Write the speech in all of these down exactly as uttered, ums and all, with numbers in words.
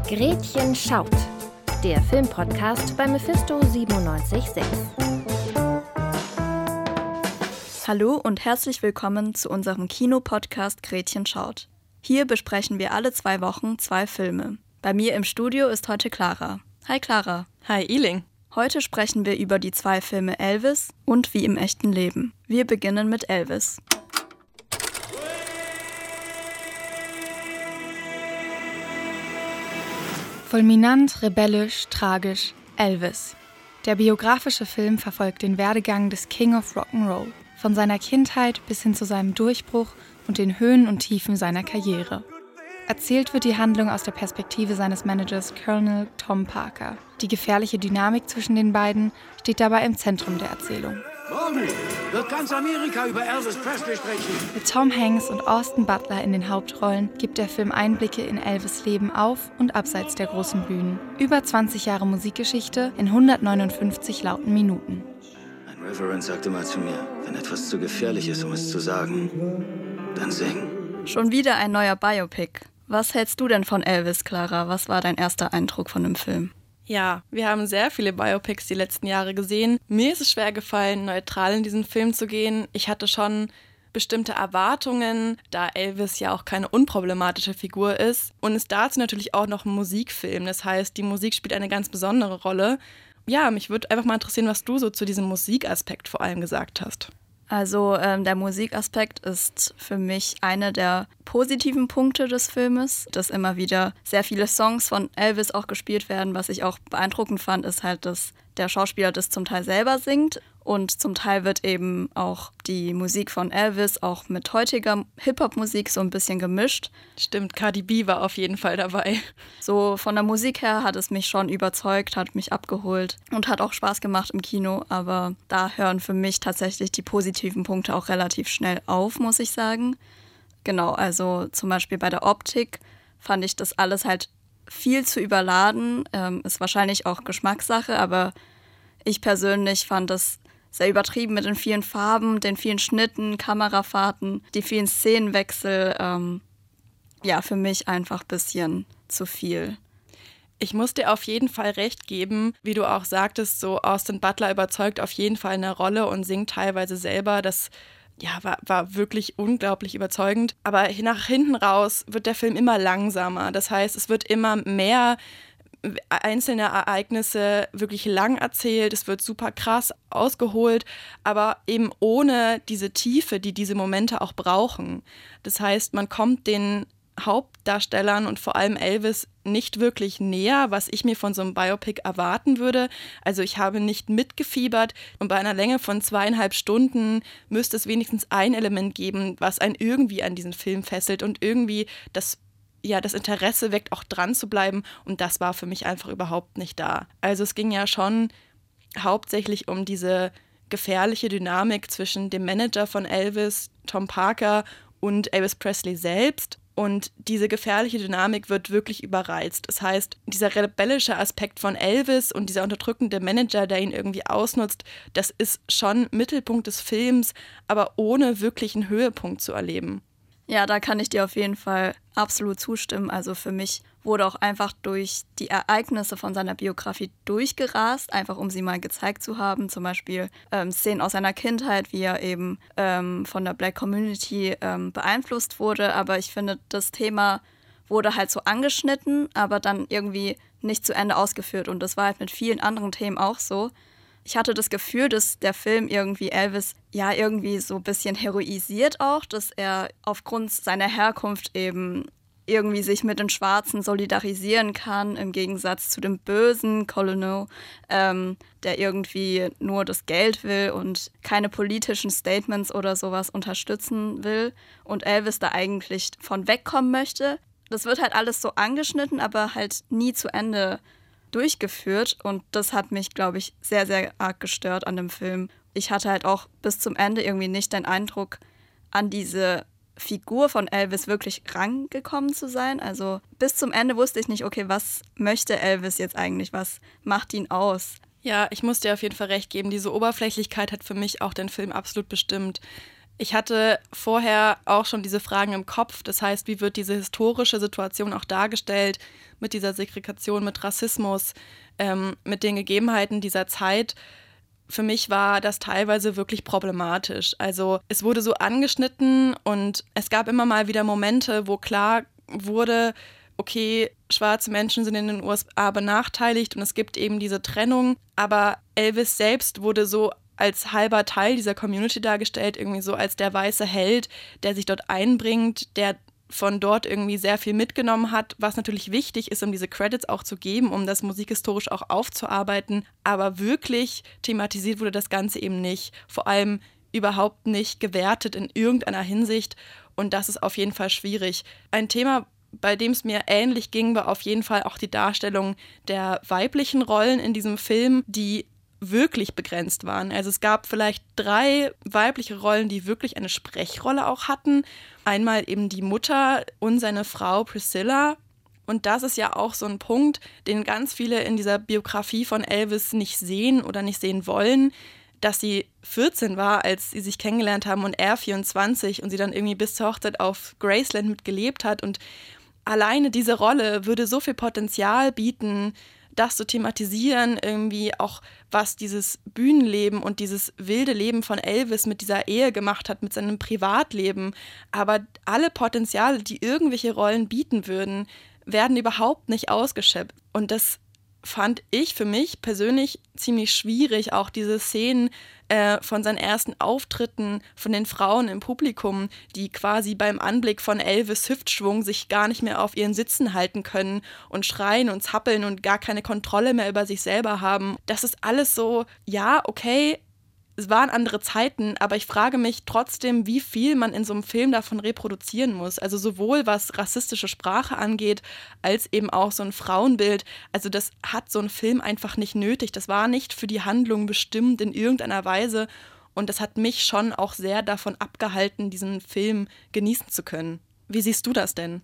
Gretchen schaut, der Filmpodcast bei Mephisto siebenundneunzig Komma sechs. Hallo und herzlich willkommen zu unserem Kinopodcast Gretchen schaut. Hier besprechen wir alle zwei Wochen zwei Filme. Bei mir im Studio ist heute Clara. Hi Clara. Hi Iling. Heute sprechen wir über die zwei Filme Elvis und Wie im echten Leben. Wir beginnen mit Elvis. Fulminant, rebellisch, tragisch, Elvis. Der biografische Film verfolgt den Werdegang des King of Rock'n'Roll, von seiner Kindheit bis hin zu seinem Durchbruch und den Höhen und Tiefen seiner Karriere. Erzählt wird die Handlung aus der Perspektive seines Managers Colonel Tom Parker. Die gefährliche Dynamik zwischen den beiden steht dabei im Zentrum der Erzählung. Morgen wird ganz Amerika über Elvis Presley sprechen. Mit Tom Hanks und Austin Butler in den Hauptrollen gibt der Film Einblicke in Elvis' Leben auf und abseits der großen Bühnen. Über zwanzig Jahre Musikgeschichte in hundertneunundfünfzig lauten Minuten. Ein Reverend sagte mal zu mir, wenn etwas zu gefährlich ist, um es zu sagen, dann sing. Schon wieder ein neuer Biopic. Was hältst du denn von Elvis, Clara? Was war dein erster Eindruck von dem Film? Ja, wir haben sehr viele Biopics die letzten Jahre gesehen. Mir ist es schwer gefallen, neutral in diesen Film zu gehen. Ich hatte schon bestimmte Erwartungen, da Elvis ja auch keine unproblematische Figur ist. Und ist dazu natürlich auch noch ein Musikfilm. Das heißt, die Musik spielt eine ganz besondere Rolle. Ja, mich würde einfach mal interessieren, was du so zu diesem Musikaspekt vor allem gesagt hast. Also ähm, der Musikaspekt ist für mich einer der positiven Punkte des Filmes, dass immer wieder sehr viele Songs von Elvis auch gespielt werden. Was ich auch beeindruckend fand, ist halt, dass der Schauspieler das zum Teil selber singt und zum Teil wird eben auch die Musik von Elvis auch mit heutiger Hip-Hop-Musik so ein bisschen gemischt. Stimmt, Cardi B war auf jeden Fall dabei. So von der Musik her hat es mich schon überzeugt, hat mich abgeholt und hat auch Spaß gemacht im Kino, aber da hören für mich tatsächlich die positiven Punkte auch relativ schnell auf, muss ich sagen. Genau, also zum Beispiel bei der Optik fand ich das alles halt viel zu überladen, ähm, ist wahrscheinlich auch Geschmackssache, aber ich persönlich fand das sehr übertrieben mit den vielen Farben, den vielen Schnitten, Kamerafahrten, die vielen Szenenwechsel. Ähm, ja, für mich einfach ein bisschen zu viel. Ich muss dir auf jeden Fall recht geben, wie du auch sagtest, so Austin Butler überzeugt auf jeden Fall eine Rolle und singt teilweise selber. Das ja, war, war wirklich unglaublich überzeugend. Aber nach hinten raus wird der Film immer langsamer. Das heißt, es wird immer mehr einzelne Ereignisse wirklich lang erzählt, es wird super krass ausgeholt, aber eben ohne diese Tiefe, die diese Momente auch brauchen. Das heißt, man kommt den Hauptdarstellern und vor allem Elvis nicht wirklich näher, was ich mir von so einem Biopic erwarten würde. Also ich habe nicht mitgefiebert und bei einer Länge von zweieinhalb Stunden müsste es wenigstens ein Element geben, was einen irgendwie an diesen Film fesselt und irgendwie das ja, das Interesse weckt, auch dran zu bleiben. Und das war für mich einfach überhaupt nicht da. Also es ging ja schon hauptsächlich um diese gefährliche Dynamik zwischen dem Manager von Elvis, Tom Parker, und Elvis Presley selbst. Und diese gefährliche Dynamik wird wirklich überreizt. Das heißt, dieser rebellische Aspekt von Elvis und dieser unterdrückende Manager, der ihn irgendwie ausnutzt, das ist schon Mittelpunkt des Films, aber ohne wirklich einen Höhepunkt zu erleben. Ja, da kann ich dir auf jeden Fall absolut zustimmen. Also für mich wurde auch einfach durch die Ereignisse von seiner Biografie durchgerast, einfach um sie mal gezeigt zu haben. Zum Beispiel ähm, Szenen aus seiner Kindheit, wie er eben ähm, von der Black Community ähm, beeinflusst wurde. Aber ich finde, das Thema wurde halt so angeschnitten, aber dann irgendwie nicht zu Ende ausgeführt. Und das war halt mit vielen anderen Themen auch so. Ich hatte das Gefühl, dass der Film irgendwie Elvis ja irgendwie so ein bisschen heroisiert auch, dass er aufgrund seiner Herkunft eben irgendwie sich mit den Schwarzen solidarisieren kann, im Gegensatz zu dem bösen Colonel, ähm, der irgendwie nur das Geld will und keine politischen Statements oder sowas unterstützen will und Elvis da eigentlich von wegkommen möchte. Das wird halt alles so angeschnitten, aber halt nie zu Ende durchgeführt und das hat mich, glaube ich, sehr, sehr arg gestört an dem Film. Ich hatte halt auch bis zum Ende irgendwie nicht den Eindruck, an diese Figur von Elvis wirklich rangekommen zu sein. Also bis zum Ende wusste ich nicht, okay, was möchte Elvis jetzt eigentlich, was macht ihn aus? Ja, ich muss dir auf jeden Fall recht geben, diese Oberflächlichkeit hat für mich auch den Film absolut bestimmt. Ich hatte vorher auch schon diese Fragen im Kopf. Das heißt, wie wird diese historische Situation auch dargestellt mit dieser Segregation, mit Rassismus, ähm, mit den Gegebenheiten dieser Zeit? Für mich war das teilweise wirklich problematisch. Also es wurde so angeschnitten und es gab immer mal wieder Momente, wo klar wurde, okay, schwarze Menschen sind in den U S A benachteiligt und es gibt eben diese Trennung. Aber Elvis selbst wurde so als halber Teil dieser Community dargestellt, irgendwie so als der weiße Held, der sich dort einbringt, der von dort irgendwie sehr viel mitgenommen hat, was natürlich wichtig ist, um diese Credits auch zu geben, um das musikhistorisch auch aufzuarbeiten. Aber wirklich thematisiert wurde das Ganze eben nicht. Vor allem überhaupt nicht gewertet in irgendeiner Hinsicht. Und das ist auf jeden Fall schwierig. Ein Thema, bei dem es mir ähnlich ging, war auf jeden Fall auch die Darstellung der weiblichen Rollen in diesem Film, die wirklich begrenzt waren. Also es gab vielleicht drei weibliche Rollen, die wirklich eine Sprechrolle auch hatten. Einmal eben die Mutter und seine Frau Priscilla. Und das ist ja auch so ein Punkt, den ganz viele in dieser Biografie von Elvis nicht sehen oder nicht sehen wollen, dass sie vierzehn war, als sie sich kennengelernt haben und er vierundzwanzig und sie dann irgendwie bis zur Hochzeit auf Graceland mitgelebt hat. Und alleine diese Rolle würde so viel Potenzial bieten, das zu thematisieren, irgendwie auch, was dieses Bühnenleben und dieses wilde Leben von Elvis mit dieser Ehe gemacht hat, mit seinem Privatleben. Aber alle Potenziale, die irgendwelche Rollen bieten würden, werden überhaupt nicht ausgeschöpft. Und das fand ich für mich persönlich ziemlich schwierig, auch diese Szenen äh, von seinen ersten Auftritten von den Frauen im Publikum, die quasi beim Anblick von Elvis Hüftschwung sich gar nicht mehr auf ihren Sitzen halten können und schreien und zappeln und gar keine Kontrolle mehr über sich selber haben. Das ist alles so, ja, okay, es waren andere Zeiten, aber ich frage mich trotzdem, wie viel man in so einem Film davon reproduzieren muss. Also sowohl was rassistische Sprache angeht, als eben auch so ein Frauenbild. Also das hat so ein Film einfach nicht nötig. Das war nicht für die Handlung bestimmt in irgendeiner Weise. Und das hat mich schon auch sehr davon abgehalten, diesen Film genießen zu können. Wie siehst du das denn?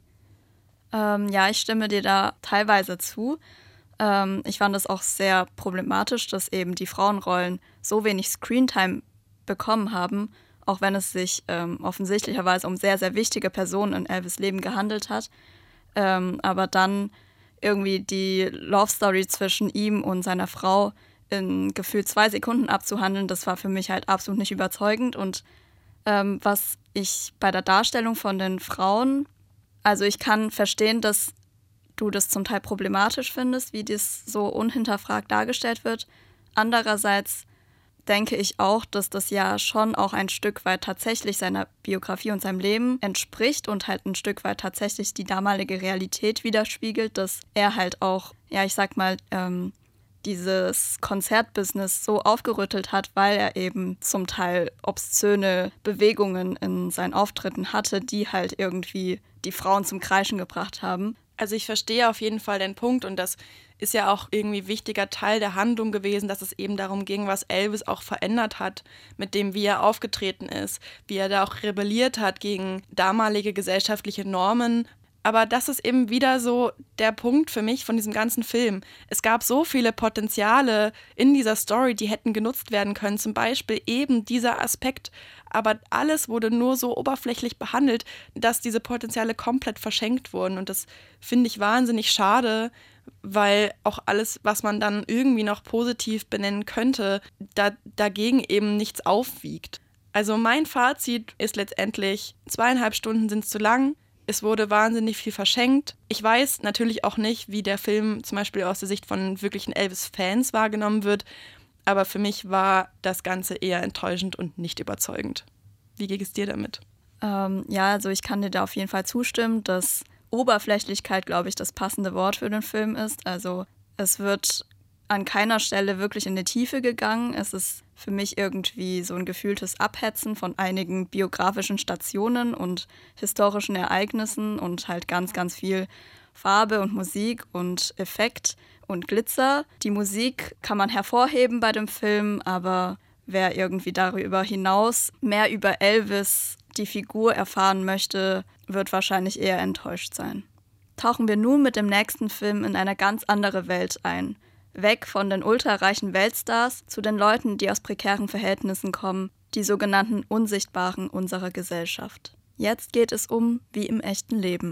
Ähm, ja, ich stimme dir da teilweise zu. Ähm, ich fand es auch sehr problematisch, dass eben die Frauenrollen so wenig Screentime bekommen haben, auch wenn es sich ähm, offensichtlicherweise um sehr, sehr wichtige Personen in Elvis' Leben gehandelt hat. Ähm, aber dann irgendwie die Love Story zwischen ihm und seiner Frau in gefühlt zwei Sekunden abzuhandeln, das war für mich halt absolut nicht überzeugend. Und ähm, was ich bei der Darstellung von den Frauen, also ich kann verstehen, dass du das zum Teil problematisch findest, wie das so unhinterfragt dargestellt wird. Andererseits denke ich auch, dass das ja schon auch ein Stück weit tatsächlich seiner Biografie und seinem Leben entspricht und halt ein Stück weit tatsächlich die damalige Realität widerspiegelt, dass er halt auch, ja, ich sag mal, ähm, dieses Konzertbusiness so aufgerüttelt hat, weil er eben zum Teil obszöne Bewegungen in seinen Auftritten hatte, die halt irgendwie die Frauen zum Kreischen gebracht haben. Also ich verstehe auf jeden Fall den Punkt und das ist ja auch irgendwie wichtiger Teil der Handlung gewesen, dass es eben darum ging, was Elvis auch verändert hat, mit dem, wie er aufgetreten ist, wie er da auch rebelliert hat gegen damalige gesellschaftliche Normen. Aber das ist eben wieder so der Punkt für mich von diesem ganzen Film. Es gab so viele Potenziale in dieser Story, die hätten genutzt werden können. Zum Beispiel eben dieser Aspekt. Aber alles wurde nur so oberflächlich behandelt, dass diese Potenziale komplett verschenkt wurden. Und das finde ich wahnsinnig schade, weil auch alles, was man dann irgendwie noch positiv benennen könnte, da, dagegen eben nichts aufwiegt. Also mein Fazit ist letztendlich, zweieinhalb Stunden sind zu lang. Es wurde wahnsinnig viel verschenkt. Ich weiß natürlich auch nicht, wie der Film zum Beispiel aus der Sicht von wirklichen Elvis-Fans wahrgenommen wird, aber für mich war das Ganze eher enttäuschend und nicht überzeugend. Wie geht es dir damit? Ähm, ja, also ich kann dir da auf jeden Fall zustimmen, dass Oberflächlichkeit, glaube ich, das passende Wort für den Film ist. Also es wird an keiner Stelle wirklich in die Tiefe gegangen. Es ist für mich irgendwie so ein gefühltes Abhetzen von einigen biografischen Stationen und historischen Ereignissen und halt ganz, ganz viel Farbe und Musik und Effekt und Glitzer. Die Musik kann man hervorheben bei dem Film, aber wer irgendwie darüber hinaus mehr über Elvis, die Figur, erfahren möchte, wird wahrscheinlich eher enttäuscht sein. Tauchen wir nun mit dem nächsten Film in eine ganz andere Welt ein. Weg von den ultrareichen Weltstars zu den Leuten, die aus prekären Verhältnissen kommen, die sogenannten Unsichtbaren unserer Gesellschaft. Jetzt geht es um wie im echten Leben.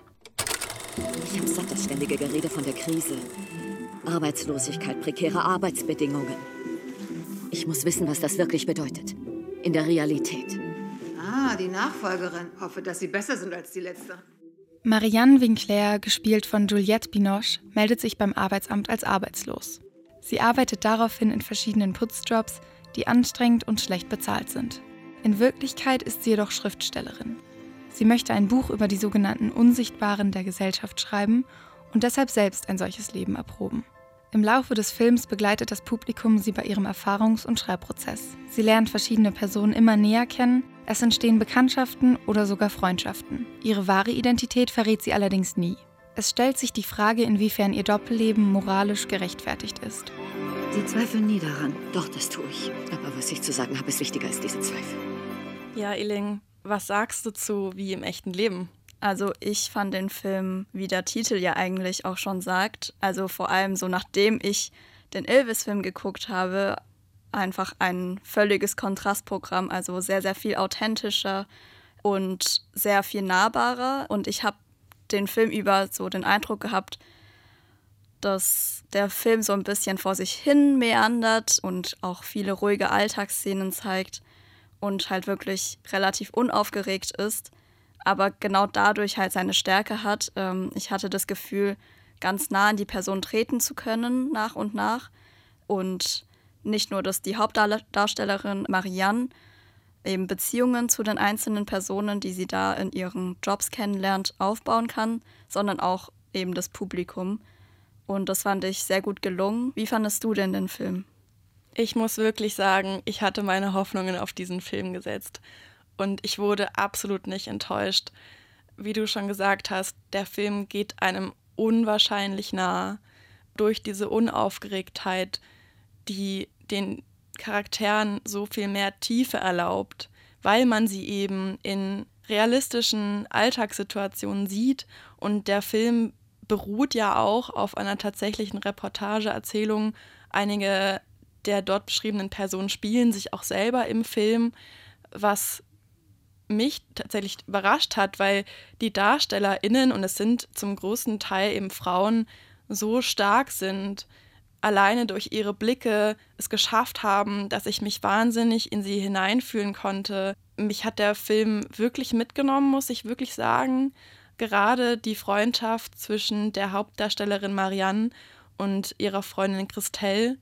Ich habe satt das ständige Gerede von der Krise. Arbeitslosigkeit, prekäre Arbeitsbedingungen. Ich muss wissen, was das wirklich bedeutet. In der Realität. Ah, die Nachfolgerin. Hoffe, dass sie besser sind als die letzte. Marianne Winkler, gespielt von Juliette Binoche, meldet sich beim Arbeitsamt als arbeitslos. Sie arbeitet daraufhin in verschiedenen Putzjobs, die anstrengend und schlecht bezahlt sind. In Wirklichkeit ist sie jedoch Schriftstellerin. Sie möchte ein Buch über die sogenannten Unsichtbaren der Gesellschaft schreiben und deshalb selbst ein solches Leben erproben. Im Laufe des Films begleitet das Publikum sie bei ihrem Erfahrungs- und Schreibprozess. Sie lernt verschiedene Personen immer näher kennen, es entstehen Bekanntschaften oder sogar Freundschaften. Ihre wahre Identität verrät sie allerdings nie. Es stellt sich die Frage, inwiefern ihr Doppelleben moralisch gerechtfertigt ist. Sie zweifeln nie daran. Doch, das tue ich. Aber was ich zu sagen habe, ist wichtiger als diese Zweifel. Ja, Iling, was sagst du zu wie im echten Leben? Also ich fand den Film, wie der Titel ja eigentlich auch schon sagt, also vor allem so nachdem ich den Elvis-Film geguckt habe, einfach ein völliges Kontrastprogramm, also sehr, sehr viel authentischer und sehr viel nahbarer. Und ich habe den Film über so den Eindruck gehabt, dass der Film so ein bisschen vor sich hin meandert und auch viele ruhige Alltagsszenen zeigt und halt wirklich relativ unaufgeregt ist, aber genau dadurch halt seine Stärke hat. Ich hatte das Gefühl, ganz nah an die Person treten zu können, nach und nach. Und nicht nur, dass die Hauptdarstellerin Marianne eben Beziehungen zu den einzelnen Personen, die sie da in ihren Jobs kennenlernt, aufbauen kann, sondern auch eben das Publikum. Und das fand ich sehr gut gelungen. Wie fandest du denn den Film? Ich muss wirklich sagen, ich hatte meine Hoffnungen auf diesen Film gesetzt. Und ich wurde absolut nicht enttäuscht. Wie du schon gesagt hast, der Film geht einem unwahrscheinlich nah durch diese Unaufgeregtheit, die den Charakteren so viel mehr Tiefe erlaubt, weil man sie eben in realistischen Alltagssituationen sieht. Und der Film beruht ja auch auf einer tatsächlichen Reportageerzählung. Einige der dort beschriebenen Personen spielen sich auch selber im Film, was mich tatsächlich überrascht hat, weil die DarstellerInnen, und es sind zum großen Teil eben Frauen, so stark sind, alleine durch ihre Blicke es geschafft haben, dass ich mich wahnsinnig in sie hineinfühlen konnte. Mich hat der Film wirklich mitgenommen, muss ich wirklich sagen. Gerade die Freundschaft zwischen der Hauptdarstellerin Marianne und ihrer Freundin Christelle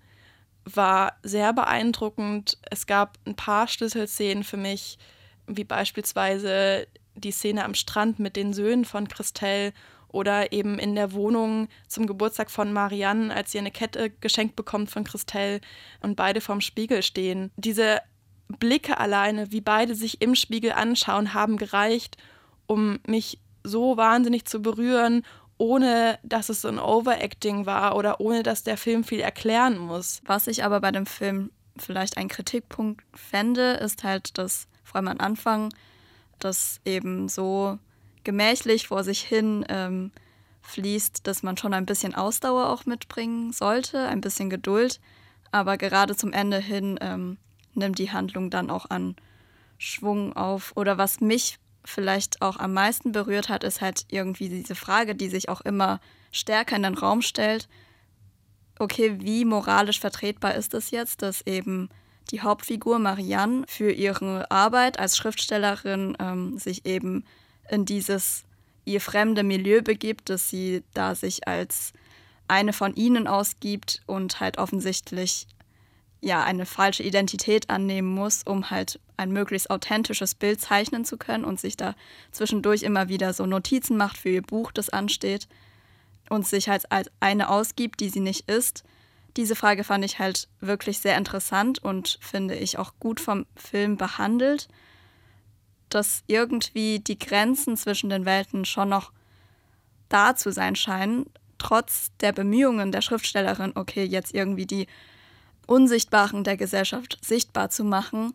war sehr beeindruckend. Es gab ein paar Schlüsselszenen für mich, wie beispielsweise die Szene am Strand mit den Söhnen von Christelle oder eben in der Wohnung zum Geburtstag von Marianne, als sie eine Kette geschenkt bekommt von Christelle und beide vorm Spiegel stehen. Diese Blicke alleine, wie beide sich im Spiegel anschauen, haben gereicht, um mich so wahnsinnig zu berühren, ohne dass es so ein Overacting war oder ohne dass der Film viel erklären muss. Was ich aber bei dem Film vielleicht ein Kritikpunkt fände, ist halt, dass vor allem am Anfang das eben so gemächlich vor sich hin ähm, fließt, dass man schon ein bisschen Ausdauer auch mitbringen sollte, ein bisschen Geduld. Aber gerade zum Ende hin ähm, nimmt die Handlung dann auch an Schwung auf. Oder was mich vielleicht auch am meisten berührt hat, ist halt irgendwie diese Frage, die sich auch immer stärker in den Raum stellt. Okay, wie moralisch vertretbar ist es jetzt, dass eben die Hauptfigur Marianne für ihre Arbeit als Schriftstellerin ähm, sich eben in dieses ihr fremde Milieu begibt, dass sie da sich als eine von ihnen ausgibt und halt offensichtlich ja eine falsche Identität annehmen muss, um halt ein möglichst authentisches Bild zeichnen zu können und sich da zwischendurch immer wieder so Notizen macht für ihr Buch, das ansteht und sich halt als eine ausgibt, die sie nicht ist. Diese Frage fand ich halt wirklich sehr interessant und finde ich auch gut vom Film behandelt, dass irgendwie die Grenzen zwischen den Welten schon noch da zu sein scheinen, trotz der Bemühungen der Schriftstellerin, okay, jetzt irgendwie die Unsichtbaren der Gesellschaft sichtbar zu machen,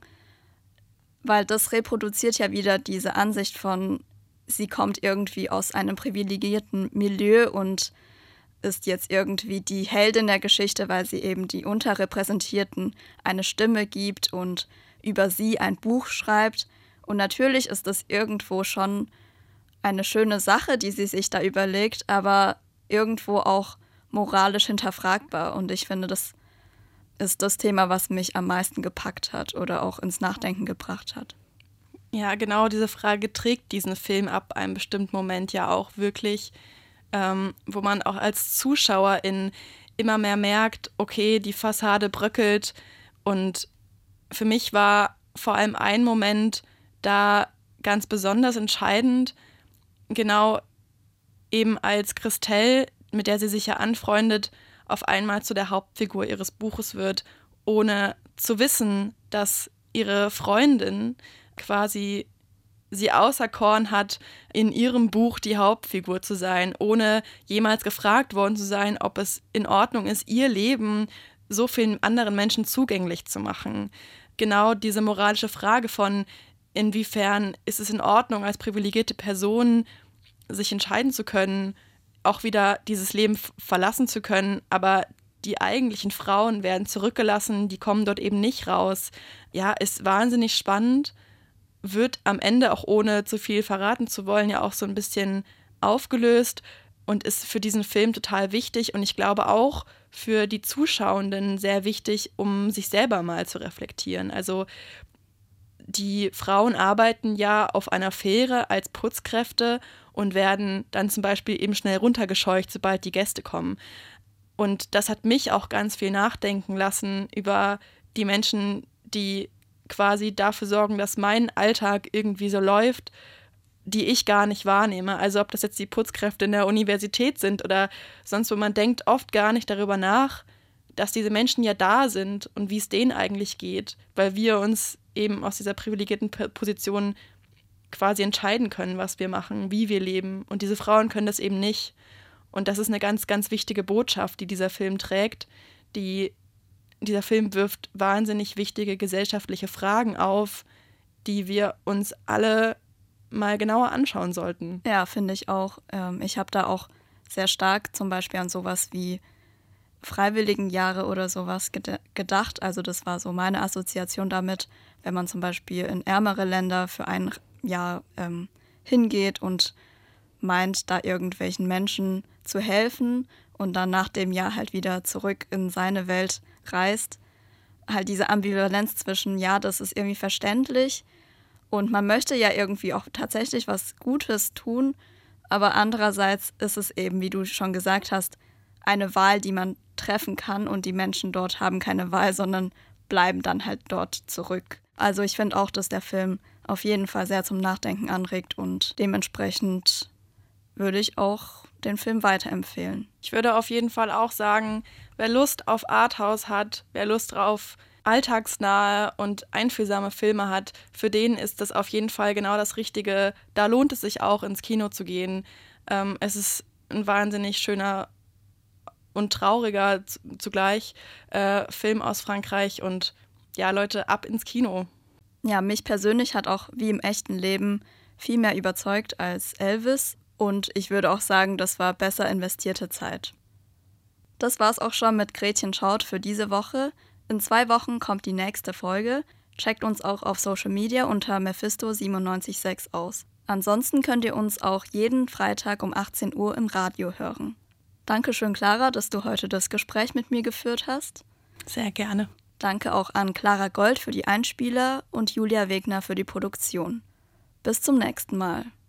weil das reproduziert ja wieder diese Ansicht von, sie kommt irgendwie aus einem privilegierten Milieu und ist jetzt irgendwie die Heldin der Geschichte, weil sie eben die Unterrepräsentierten eine Stimme gibt und über sie ein Buch schreibt. Und natürlich ist das irgendwo schon eine schöne Sache, die sie sich da überlegt, aber irgendwo auch moralisch hinterfragbar. Und ich finde, das ist das Thema, was mich am meisten gepackt hat oder auch ins Nachdenken gebracht hat. Ja, genau diese Frage trägt diesen Film ab einem bestimmten Moment ja auch wirklich, ähm, wo man auch als Zuschauerin immer mehr merkt, okay, die Fassade bröckelt. Und für mich war vor allem ein Moment da ganz besonders entscheidend, genau eben als Christelle, mit der sie sich ja anfreundet, auf einmal zu der Hauptfigur ihres Buches wird, ohne zu wissen, dass ihre Freundin quasi sie auserkoren hat, in ihrem Buch die Hauptfigur zu sein, ohne jemals gefragt worden zu sein, ob es in Ordnung ist, ihr Leben so vielen anderen Menschen zugänglich zu machen. Genau diese moralische Frage von, inwiefern ist es in Ordnung, als privilegierte Person sich entscheiden zu können, auch wieder dieses Leben f- verlassen zu können, aber die eigentlichen Frauen werden zurückgelassen, die kommen dort eben nicht raus. Ja, ist wahnsinnig spannend, wird am Ende, auch ohne zu viel verraten zu wollen, ja auch so ein bisschen aufgelöst und ist für diesen Film total wichtig und ich glaube auch für die Zuschauenden sehr wichtig, um sich selber mal zu reflektieren. Also die Frauen arbeiten ja auf einer Fähre als Putzkräfte und werden dann zum Beispiel eben schnell runtergescheucht, sobald die Gäste kommen. Und das hat mich auch ganz viel nachdenken lassen über die Menschen, die quasi dafür sorgen, dass mein Alltag irgendwie so läuft, die ich gar nicht wahrnehme. Also ob das jetzt die Putzkräfte in der Universität sind oder sonst wo, man denkt oft gar nicht darüber nach, dass diese Menschen ja da sind und wie es denen eigentlich geht, weil wir uns eben aus dieser privilegierten Position quasi entscheiden können, was wir machen, wie wir leben. Und diese Frauen können das eben nicht. Und das ist eine ganz, ganz wichtige Botschaft, die dieser Film trägt. Die, dieser Film wirft wahnsinnig wichtige gesellschaftliche Fragen auf, die wir uns alle mal genauer anschauen sollten. Ja, finde ich auch. Ähm, ich habe da auch sehr stark zum Beispiel an sowas wie Freiwilligenjahre oder sowas ged- gedacht. Also das war so meine Assoziation damit, wenn man zum Beispiel in ärmere Länder für ein Jahr ähm, hingeht und meint, da irgendwelchen Menschen zu helfen und dann nach dem Jahr halt wieder zurück in seine Welt reist. Halt diese Ambivalenz zwischen, ja, das ist irgendwie verständlich und man möchte ja irgendwie auch tatsächlich was Gutes tun, aber andererseits ist es eben, wie du schon gesagt hast, eine Wahl, die man treffen kann und die Menschen dort haben keine Wahl, sondern bleiben dann halt dort zurück. Also ich finde auch, dass der Film auf jeden Fall sehr zum Nachdenken anregt und dementsprechend würde ich auch den Film weiterempfehlen. Ich würde auf jeden Fall auch sagen, wer Lust auf Arthouse hat, wer Lust auf alltagsnahe und einfühlsame Filme hat, für den ist das auf jeden Fall genau das Richtige. Da lohnt es sich auch, ins Kino zu gehen. Ähm, es ist ein wahnsinnig schöner und trauriger zugleich äh, Film aus Frankreich und ja, Leute, ab ins Kino. Ja, mich persönlich hat auch wie im echten Leben viel mehr überzeugt als Elvis und ich würde auch sagen, das war besser investierte Zeit. Das war's auch schon mit Gretchen schaut für diese Woche. In zwei Wochen kommt die nächste Folge. Checkt uns auch auf Social Media unter Mephisto siebenundneunzig Komma sechs aus. Ansonsten könnt ihr uns auch jeden Freitag um achtzehn Uhr im Radio hören. Dankeschön, Clara, dass du heute das Gespräch mit mir geführt hast. Sehr gerne. Danke auch an Clara Gold für die Einspieler und Julia Wegner für die Produktion. Bis zum nächsten Mal.